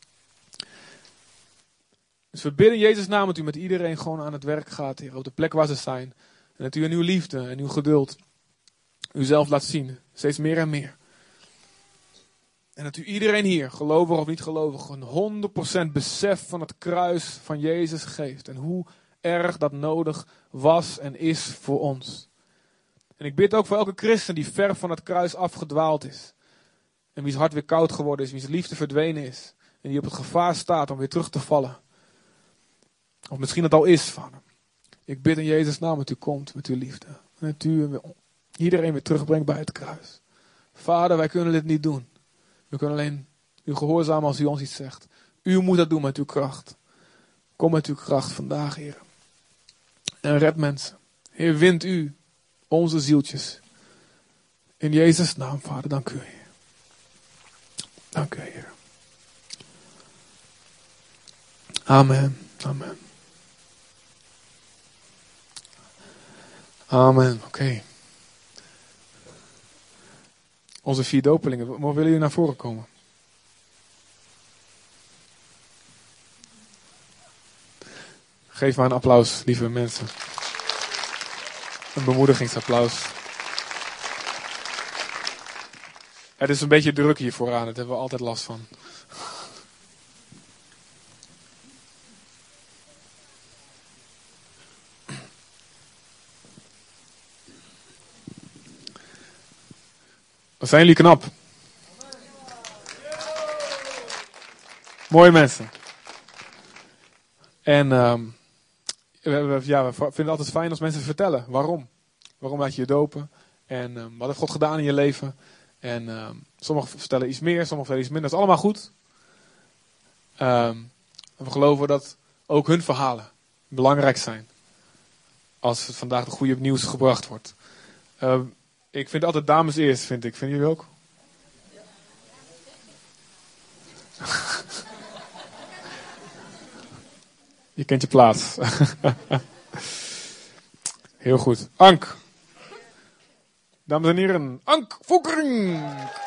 Speaker 1: Dus we bidden in Jezus' naam dat u met iedereen gewoon aan het werk gaat, Heer. Op de plek waar ze zijn. En dat u in uw liefde en uw geduld uzelf laat zien. Steeds meer en meer. En dat u iedereen hier, gelovig of niet gelovig, een 100% besef van het kruis van Jezus geeft. En hoe erg dat nodig was en is voor ons. En ik bid ook voor elke christen die ver van het kruis afgedwaald is. En wie's hart weer koud geworden is, wie's liefde verdwenen is. En die op het gevaar staat om weer terug te vallen. Of misschien het al is van hem. Ik bid in Jezus' naam dat u komt met uw liefde. En dat u iedereen weer terugbrengt bij het kruis. Vader, wij kunnen dit niet doen. We kunnen alleen u gehoorzamen als u ons iets zegt. U moet dat doen met uw kracht. Kom met uw kracht vandaag, Heer. En red mensen. Heer, wint u onze zieltjes. In Jezus' naam, Vader, dank u, Heer. Dank u, Heer. Amen. Amen. Amen. Oké. Onze 4 dopelingen. Willen jullie naar voren komen? Geef maar een applaus, lieve mensen. Een bemoedigingsapplaus. Het is een beetje druk hier vooraan. Daar hebben we altijd last van. Wat zijn jullie knap. Mooie mensen. En we vinden het altijd fijn als mensen vertellen. Waarom? Waarom laat je je dopen? En wat heeft God gedaan in je leven? En sommigen vertellen iets meer, sommigen vertellen iets minder. Dat is allemaal goed. En we geloven dat ook hun verhalen belangrijk zijn. Als het vandaag de goede nieuws gebracht wordt. Ik vind altijd dames eerst, vind ik. Vinden jullie ook? Je kent je plaats. Heel goed. Ank. Dames en heren, Ank Voekering.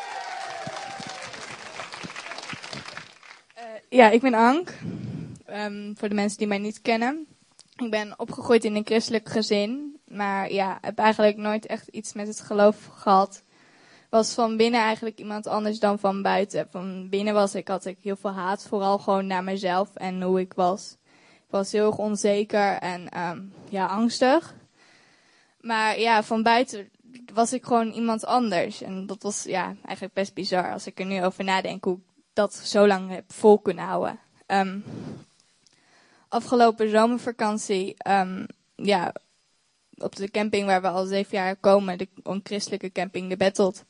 Speaker 2: Ja, ik ben Ank. Voor de mensen die mij niet kennen. Ik ben opgegroeid in een christelijk gezin. Maar ja, heb eigenlijk nooit echt iets met het geloof gehad. Was van binnen eigenlijk iemand anders dan van buiten. Van binnen had ik heel veel haat. Vooral gewoon naar mezelf en hoe ik was. Ik was heel erg onzeker en angstig. Maar ja, van buiten was ik gewoon iemand anders. En dat was eigenlijk best bizar als ik er nu over nadenk hoe ik dat zo lang heb vol kunnen houden. Afgelopen zomervakantie, op de camping waar we al 7 jaar komen, de onchristelijke camping, de Bettelt.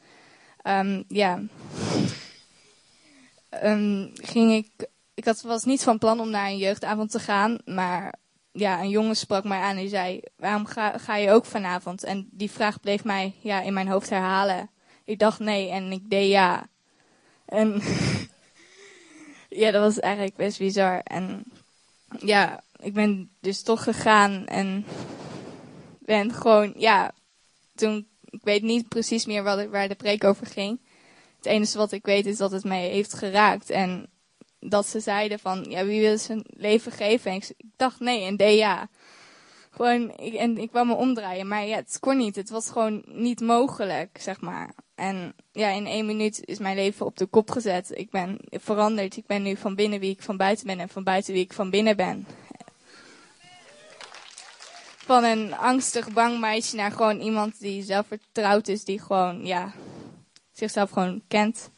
Speaker 2: Was niet van plan om naar een jeugdavond te gaan, maar ja, een jongen sprak mij aan en die zei, waarom ga je ook vanavond? En die vraag bleef mij in mijn hoofd herhalen. Ik dacht nee en ik deed ja. En ja, dat was eigenlijk best bizar. En ja, ik ben dus toch gegaan en ben gewoon, toen, ik weet niet precies meer waar de preek over ging. Het enige wat ik weet is dat het mij heeft geraakt. En dat ze zeiden van, wie wil zijn leven geven? En ik dacht nee en deed ja. Gewoon, ik wou me omdraaien, maar het kon niet. Het was gewoon niet mogelijk, zeg maar. En in 1 minuut is mijn leven op de kop gezet. Ik ben veranderd. Ik ben nu van binnen wie ik van buiten ben en van buiten wie ik van binnen ben. Van een angstig, bang meisje naar gewoon iemand die zelfvertrouwd is, die gewoon, zichzelf gewoon kent.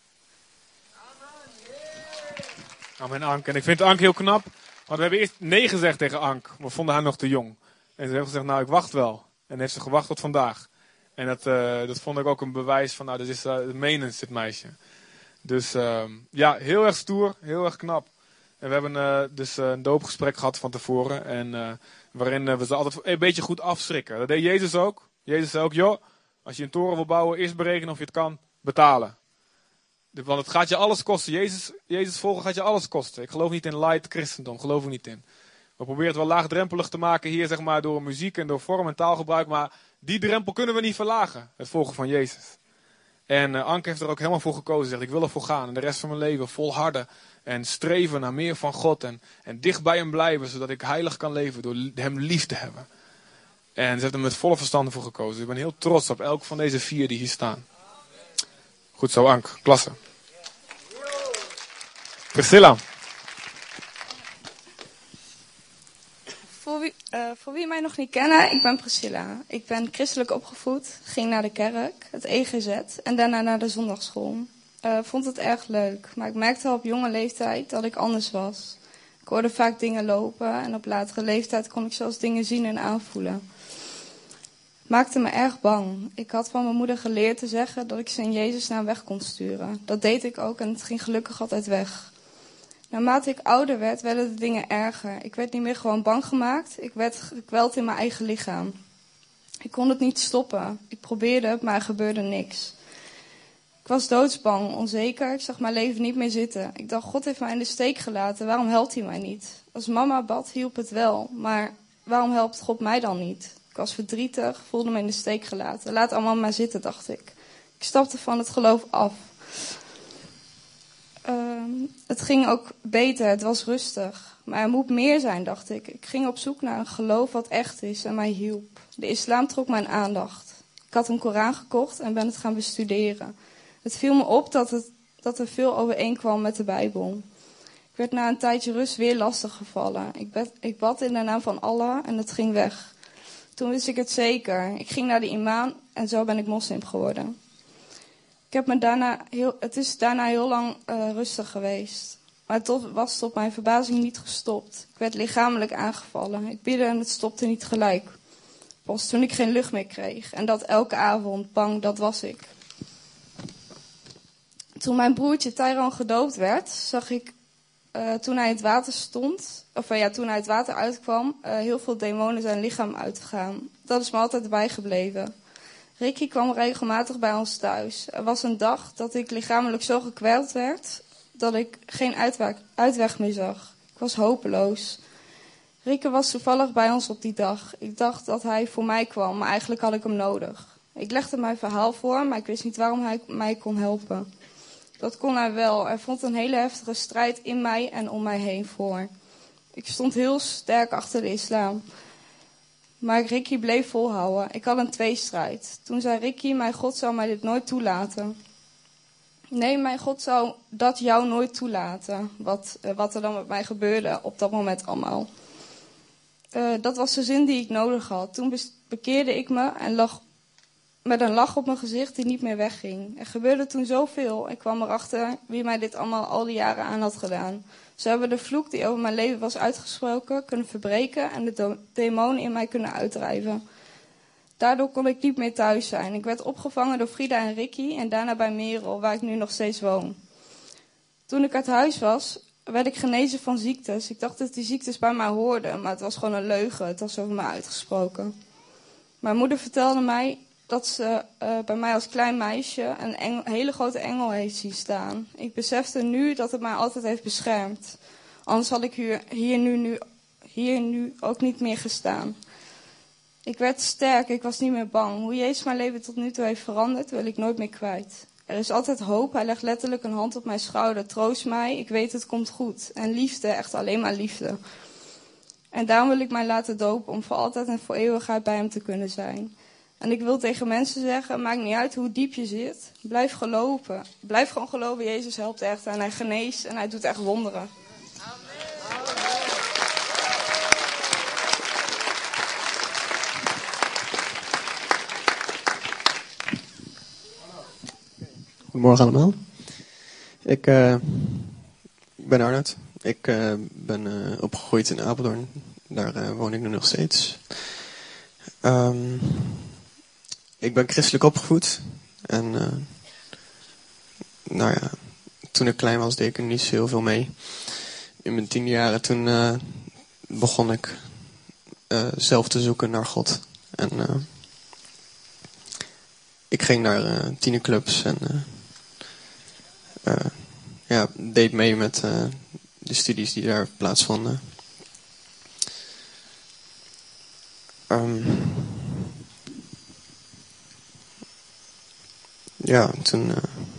Speaker 1: Amen, Ank. En ik vind Ank heel knap, want we hebben eerst nee gezegd tegen Ank. We vonden haar nog te jong. En ze heeft gezegd, nou, ik wacht wel. En heeft ze gewacht tot vandaag. En dat vond ik ook een bewijs van, dat is menens, dit meisje. Dus heel erg stoer, heel erg knap. En we hebben dus een doopgesprek gehad van tevoren. En waarin we ze altijd een beetje goed afschrikken. Dat deed Jezus ook. Jezus zei ook, joh, als je een toren wil bouwen, eerst berekenen of je het kan betalen. Want het gaat je alles kosten. Jezus volgen gaat je alles kosten. Ik geloof niet in light christendom. Geloof ik niet in. We proberen het wel laagdrempelig te maken hier, zeg maar, door muziek en door vorm en taalgebruik. Maar die drempel kunnen we niet verlagen. Het volgen van Jezus. En Anke heeft er ook helemaal voor gekozen. Zegt, ik wil ervoor gaan. En de rest van mijn leven volharden. En streven naar meer van God. En dicht bij hem blijven. Zodat ik heilig kan leven door hem lief te hebben. En ze heeft er met volle verstand voor gekozen. Ik ben heel trots op elk van deze 4 die hier staan. Goed zo, Ank. Klasse. Priscilla.
Speaker 3: Voor wie mij nog niet kennen, ik ben Priscilla. Ik ben christelijk opgevoed, ging naar de kerk, het EGZ en daarna naar de zondagschool. Vond het erg leuk, maar ik merkte al op jonge leeftijd dat ik anders was. Ik hoorde vaak dingen lopen en op latere leeftijd kon ik zelfs dingen zien en aanvoelen. Maakte me erg bang. Ik had van mijn moeder geleerd te zeggen dat ik ze in Jezus naam weg kon sturen. Dat deed ik ook en het ging gelukkig altijd weg. Naarmate ik ouder werd, werden de dingen erger. Ik werd niet meer gewoon bang gemaakt. Ik werd gekweld in mijn eigen lichaam. Ik kon het niet stoppen. Ik probeerde het, maar er gebeurde niks. Ik was doodsbang, onzeker. Ik zag mijn leven niet meer zitten. Ik dacht, God heeft mij in de steek gelaten. Waarom helpt hij mij niet? Als mama bad, hielp het wel. Maar waarom helpt God mij dan niet? Ik was verdrietig, voelde me in de steek gelaten. Laat allemaal maar zitten, dacht ik. Ik stapte van het geloof af. Het ging ook beter, het was rustig. Maar er moet meer zijn, dacht ik. Ik ging op zoek naar een geloof wat echt is en mij hielp. De islam trok mijn aandacht. Ik had een Koran gekocht en ben het gaan bestuderen. Het viel me op dat er veel overeenkwam met de Bijbel. Ik werd na een tijdje rust weer lastig gevallen. Ik bad in de naam van Allah en het ging weg. Toen wist ik het zeker. Ik ging naar de imam en zo ben ik moslim geworden. Het is daarna heel lang rustig geweest. Maar het was tot mijn verbazing niet gestopt. Ik werd lichamelijk aangevallen. Ik bidde en het stopte niet gelijk. Pas toen ik geen lucht meer kreeg. En dat elke avond, bang, dat was ik. Toen mijn broertje Tyrone gedoopt werd, zag ik toen hij het water uitkwam, heel veel demonen zijn lichaam uitgaan. Dat is me altijd bijgebleven. Ricky kwam regelmatig bij ons thuis. Er was een dag dat ik lichamelijk zo gekweld werd dat ik geen uitweg meer zag. Ik was hopeloos. Ricky was toevallig bij ons op die dag. Ik dacht dat hij voor mij kwam, maar eigenlijk had ik hem nodig. Ik legde mijn verhaal voor, maar ik wist niet waarom hij mij kon helpen. Dat kon hij wel. Er vond een hele heftige strijd in mij en om mij heen voor. Ik stond heel sterk achter de islam. Maar Ricky bleef volhouden. Ik had een tweestrijd. Toen zei Ricky, mijn God zou mij dit nooit toelaten. Nee, mijn God zou dat jou nooit toelaten. Wat er dan met mij gebeurde op dat moment allemaal. Dat was de zin die ik nodig had. Toen bekeerde ik me en lag met een lach op mijn gezicht die niet meer wegging. Er gebeurde toen zoveel. Ik kwam erachter wie mij dit allemaal al die jaren aan had gedaan. Ze hebben de vloek die over mijn leven was uitgesproken kunnen verbreken en de demonen in mij kunnen uitdrijven. Daardoor kon ik niet meer thuis zijn. Ik werd opgevangen door Frida en Ricky en daarna bij Merel, waar ik nu nog steeds woon. Toen ik uit huis was, werd ik genezen van ziektes. Ik dacht dat die ziektes bij mij hoorden, maar het was gewoon een leugen. Het was over mij uitgesproken. Mijn moeder vertelde mij dat ze bij mij als klein meisje een hele grote engel heeft zien staan. Ik besefte nu dat het mij altijd heeft beschermd. Anders had ik hier nu ook niet meer gestaan. Ik werd sterk, ik was niet meer bang. Hoe Jezus mijn leven tot nu toe heeft veranderd, wil ik nooit meer kwijt. Er is altijd hoop, hij legt letterlijk een hand op mijn schouder, troost mij, ik weet het komt goed. En liefde, echt alleen maar liefde. En daarom wil ik mij laten dopen om voor altijd en voor eeuwigheid bij hem te kunnen zijn. En ik wil tegen mensen zeggen, maakt niet uit hoe diep je zit, blijf geloven. Blijf gewoon geloven, Jezus helpt echt en hij geneest en hij doet echt wonderen.
Speaker 4: Goedemorgen allemaal. Ik ben Arnoud. Ik ben opgegroeid in Apeldoorn. Daar woon ik nu nog steeds. Ik ben christelijk opgevoed. En toen ik klein was deed ik er niet zo heel veel mee. In mijn 10e jaren toen begon ik zelf te zoeken naar God. En ik ging naar tienerclubs en deed mee met de studies die daar plaatsvonden. Toen...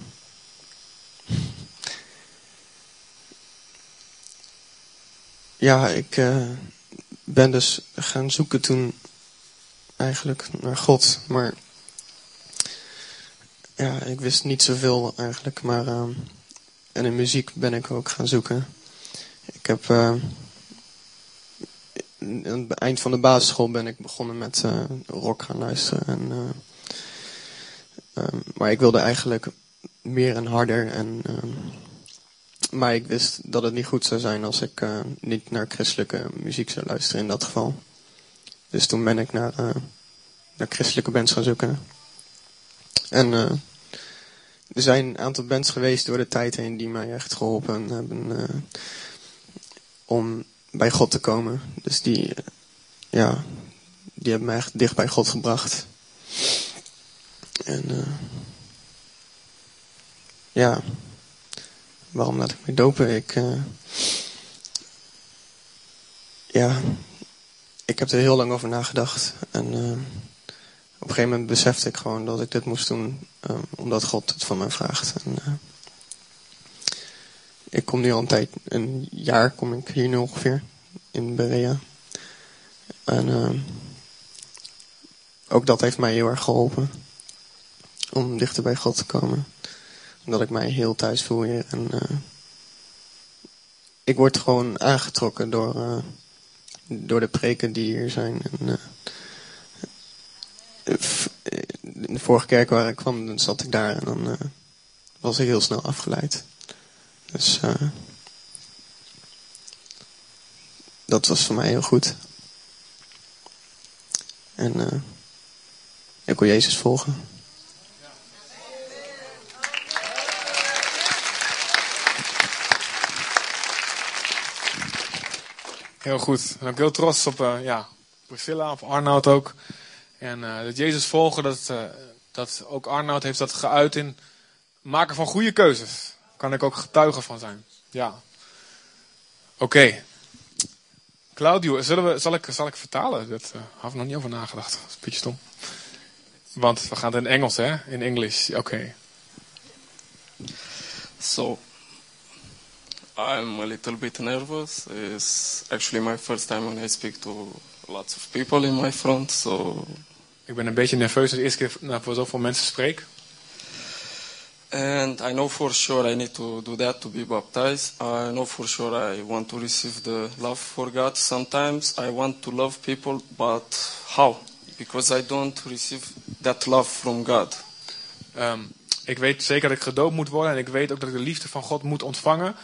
Speaker 4: ik ben dus gaan zoeken toen eigenlijk naar God. Maar ik wist niet zoveel eigenlijk. Maar en in muziek ben ik ook gaan zoeken. Ik heb aan het eind van de basisschool ben ik begonnen met rock gaan luisteren. En, maar ik wilde eigenlijk meer en harder. Maar ik wist dat het niet goed zou zijn als ik niet naar christelijke muziek zou luisteren in dat geval. Dus toen ben ik naar christelijke bands gaan zoeken. En er zijn een aantal bands geweest door de tijd heen die mij echt geholpen hebben om bij God te komen. Dus die hebben mij echt dicht bij God gebracht. En waarom laat ik me dopen? Ik heb er heel lang over nagedacht. En op een gegeven moment besefte ik gewoon dat ik dit moest doen. Omdat God het van mij vraagt. En, ik kom nu al een jaar kom ik hier nu ongeveer. In Berea. En ook dat heeft mij heel erg geholpen. Om dichter bij God te komen. Omdat ik mij heel thuis voel hier. En ik word gewoon aangetrokken door de preken die hier zijn. En, in de vorige kerk waar ik kwam, dan zat ik daar en dan was ik heel snel afgeleid. Dus dat was voor mij heel goed. En ik wil Jezus volgen.
Speaker 1: Heel goed. En ik ben heel trots op Priscilla, op Arnoud ook. En dat Jezus volgen, dat ook Arnoud heeft dat geuit in maken van goede keuzes. Daar kan ik ook getuige van zijn. Ja. Oké. Claudio, zal ik vertalen? Daar had ik nog niet over nagedacht. Dat is een beetje stom. Want we gaan het in Engels, hè? In English. Oké.
Speaker 5: So, I'm a little bit nervous. It's actually my first time when I speak to lots of people in my front, so...
Speaker 1: Ik ben een beetje nerveus als ik de eerste keer voor zoveel mensen spreek.
Speaker 5: And I know for sure I need to do that to be baptized. I know for sure I want to receive the love for God. Sometimes I want to love people, but how? Because I don't receive that love from God.
Speaker 1: Ik weet zeker dat ik gedoopt moet worden en ik weet ook dat ik de liefde van God moet ontvangen.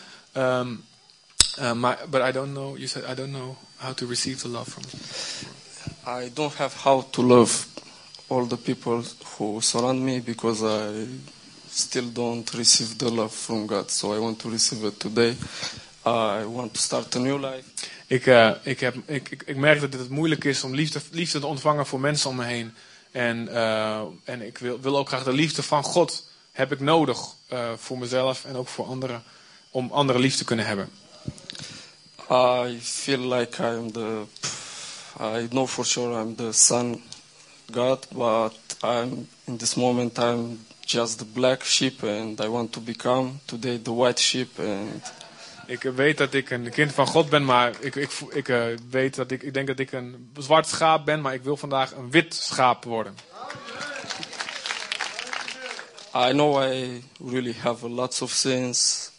Speaker 1: But I don't know. You said I don't know how to receive the love from.
Speaker 5: I don't have how to love all the people who surround me because I still don't receive the love from God. So I want to receive it today. I want to start a new life.
Speaker 1: Ik merk dat het moeilijk is om liefde te ontvangen voor mensen om me heen. En ik wil ook graag de liefde van God heb ik nodig voor mezelf en ook voor anderen. Om anderen lief te kunnen hebben.
Speaker 5: I feel like I know for sure I'm the son God, but in this moment I'm just the black sheep and I want to become today the white sheep. And
Speaker 1: ik weet dat ik een kind van God ben, maar ik denk dat ik een zwart schaap ben, maar ik wil vandaag een wit schaap worden.
Speaker 5: I know I really have lots of sins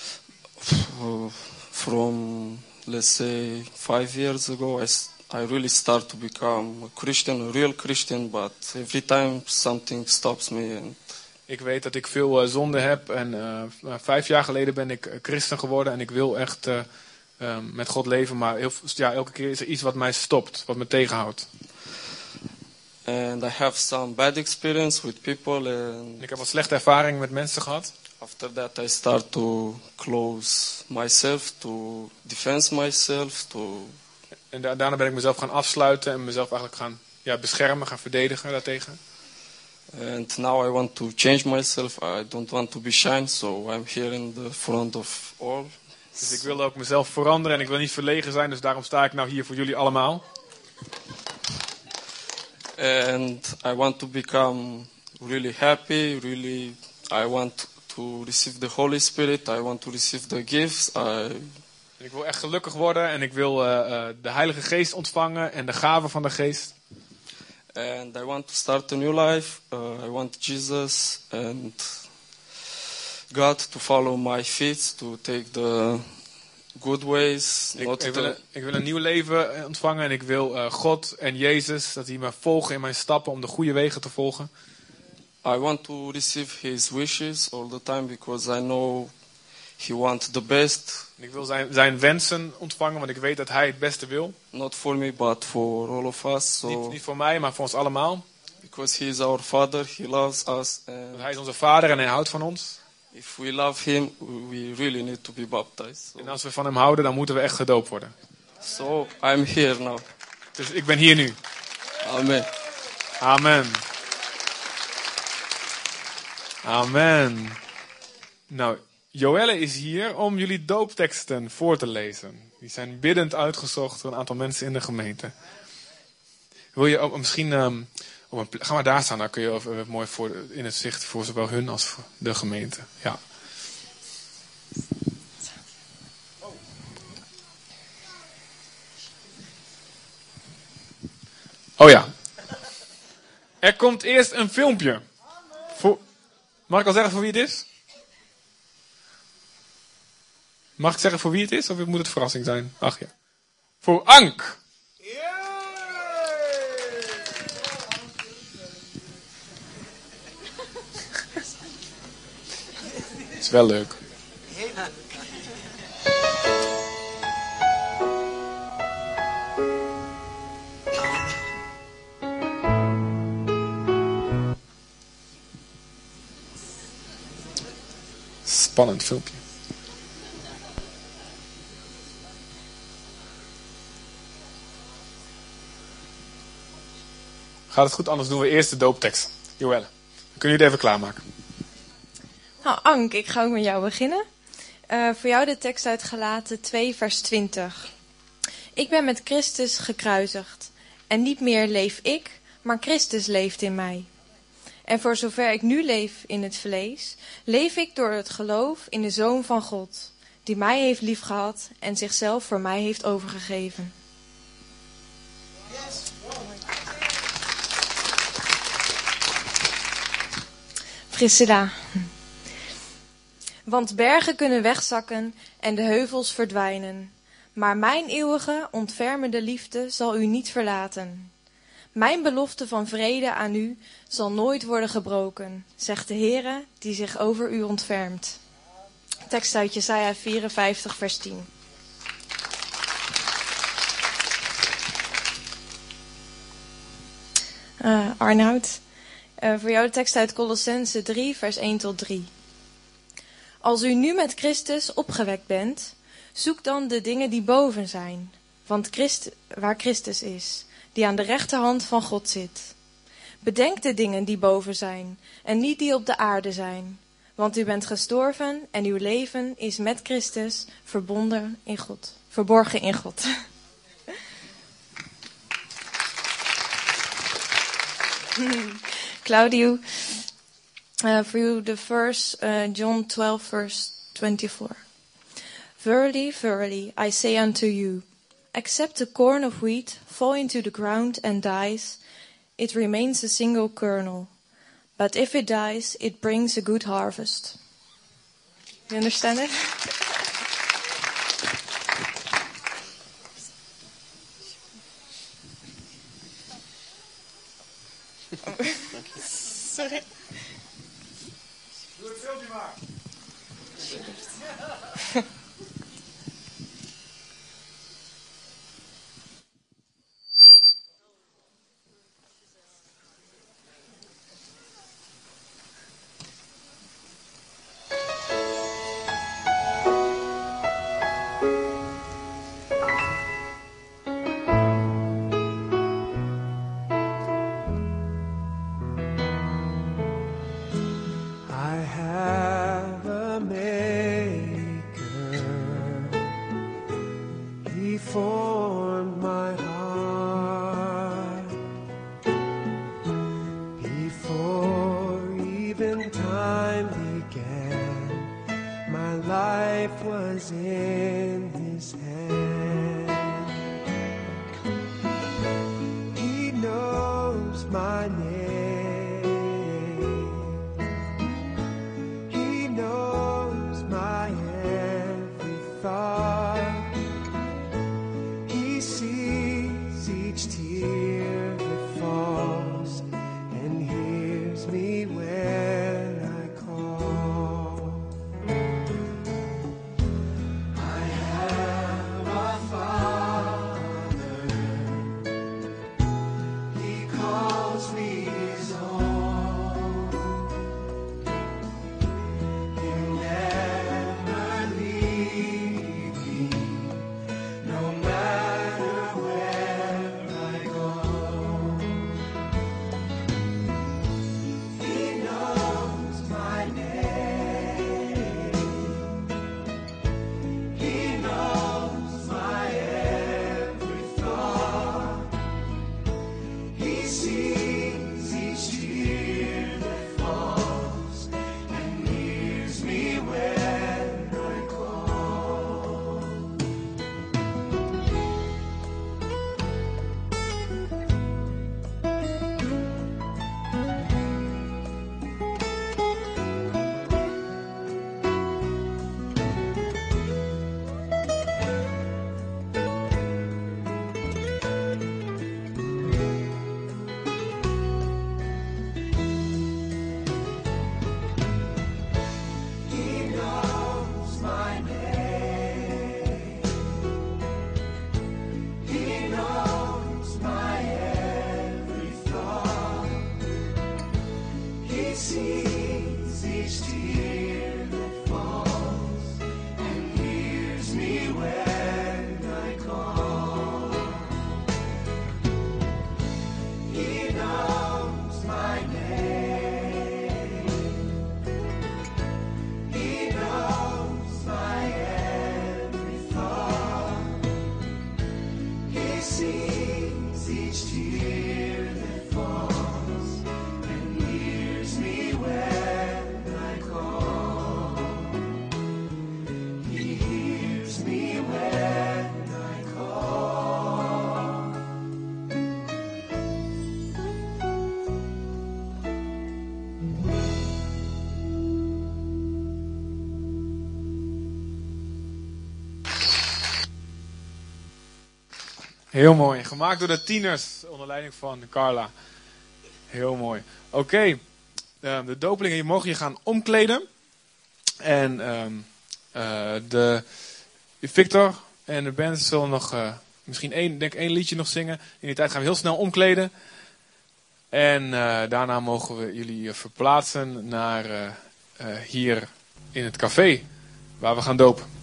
Speaker 5: from, let's say, 5 years ago. I really start to become a Christian, a real Christian, but every time something stops me. And
Speaker 1: ik weet dat ik veel zonde heb en 5 jaar geleden ben ik christen geworden en ik wil echt met God leven, maar elke keer is er iets wat mij stopt, wat me tegenhoudt.
Speaker 5: And I have some bad experience with people. And
Speaker 1: ik heb wat slechte ervaringen met mensen gehad.
Speaker 5: After that I start to close myself, to defend myself,
Speaker 1: En daarna ben ik mezelf gaan afsluiten en mezelf eigenlijk gaan beschermen, gaan verdedigen daartegen.
Speaker 5: And now I want to change myself. I don't want to be shy, so I'm here in the front of all.
Speaker 1: Dus ik wil ook mezelf veranderen en ik wil niet verlegen zijn. Dus daarom sta ik nou hier voor jullie allemaal.
Speaker 5: And I want to become really happy, really, I want to receive the Holy Spirit, I want to receive the gifts.
Speaker 1: Ik wil echt gelukkig worden en ik wil de Heilige Geest ontvangen en de gaven van de Geest.
Speaker 5: And I want to start a new life. I want Jesus and God to follow my feet, to take the good ways.
Speaker 1: Ik wil een nieuw leven ontvangen en ik wil God en Jezus, dat die me volgen in mijn stappen om de goede wegen te volgen.
Speaker 5: I want to receive His wishes all the time because I know He wants the best.
Speaker 1: Ik wil zijn wensen ontvangen, want ik weet dat Hij het beste wil.
Speaker 5: Not for me, but for all of us. So
Speaker 1: Niet voor mij, maar voor ons allemaal.
Speaker 5: because He is our Father, He loves us.
Speaker 1: Want Hij is onze Vader en Hij houdt van ons.
Speaker 5: If we love Him, we really need to be baptized.
Speaker 1: En als we van Hem houden, dan moeten we echt gedoopt worden.
Speaker 5: So I'm here now.
Speaker 1: Dus ik ben hier nu.
Speaker 5: Amen.
Speaker 1: Amen. Amen. Nou, Joelle is hier om jullie doopteksten voor te lezen. Die zijn biddend uitgezocht door een aantal mensen in de gemeente. Wil je ook misschien... ga maar daar staan, dan kun je mooi in het zicht voor zowel hun als voor de gemeente. Ja. Oh ja. Er komt eerst een filmpje. Mag ik al zeggen voor wie het is? Mag ik zeggen voor wie het is? Of moet het verrassing zijn? Ach ja. Voor Ank. Het is wel leuk. Spannend filmpje. Gaat het goed? Anders doen we eerst de dooptekst. Joelle, dan kunnen jullie het even klaarmaken.
Speaker 6: Nou, Ank, ik ga ook met jou beginnen. Voor jou de tekst uit Galaten 2, vers 20. Ik ben met Christus gekruisigd. En niet meer leef ik, maar Christus leeft in mij. En voor zover ik nu leef in het vlees, leef ik door het geloof in de Zoon van God, die mij heeft liefgehad en zichzelf voor mij heeft overgegeven. Priscilla. Want bergen kunnen wegzakken en de heuvels verdwijnen. Maar mijn eeuwige, ontfermende liefde zal u niet verlaten. Mijn belofte van vrede aan u zal nooit worden gebroken, zegt de Heere die zich over u ontfermt. Tekst uit Jesaja 54, vers 10. Arnoud, voor jou de tekst uit Kolossenzen 3, vers 1 tot 3. Als u nu met Christus opgewekt bent, zoek dan de dingen die boven zijn, want waar Christus is, die aan de rechterhand van God zit. Bedenk de dingen die boven zijn en niet die op de aarde zijn, want u bent gestorven en uw leven is met Christus verborgen in God. Claudio, for you the verse, John 12, verse 24. Verily, verily, I say unto you, except a corn of wheat fall into the ground and dies, it remains a single kernel. But if it dies, it brings a good harvest. You understand it? Sorry.
Speaker 1: Doe het filmpje maar.
Speaker 7: was in his hand. He knows my name. He knows my every thought. He sees each tear that falls and hears me when I call. I have a Father. He calls me his own. He'll never leave me, no matter where I go. He knows my name. He knows my every thought. He sees each tear that falls and hears me when I call. He knows my name. He knows my every thought. He sees each tear that falls and hears me when I call. He knows my name. He knows my every thought. He sees each tear that falls and hears me when I call. He hears me when I call.
Speaker 1: Heel mooi. Gemaakt door de tieners onder leiding van Carla. Heel mooi. Oké. De dopelingen mogen je gaan omkleden. En Victor en de band zullen nog misschien één liedje nog zingen. In die tijd gaan we heel snel omkleden. En daarna mogen we jullie verplaatsen naar hier in het café waar we gaan dopen.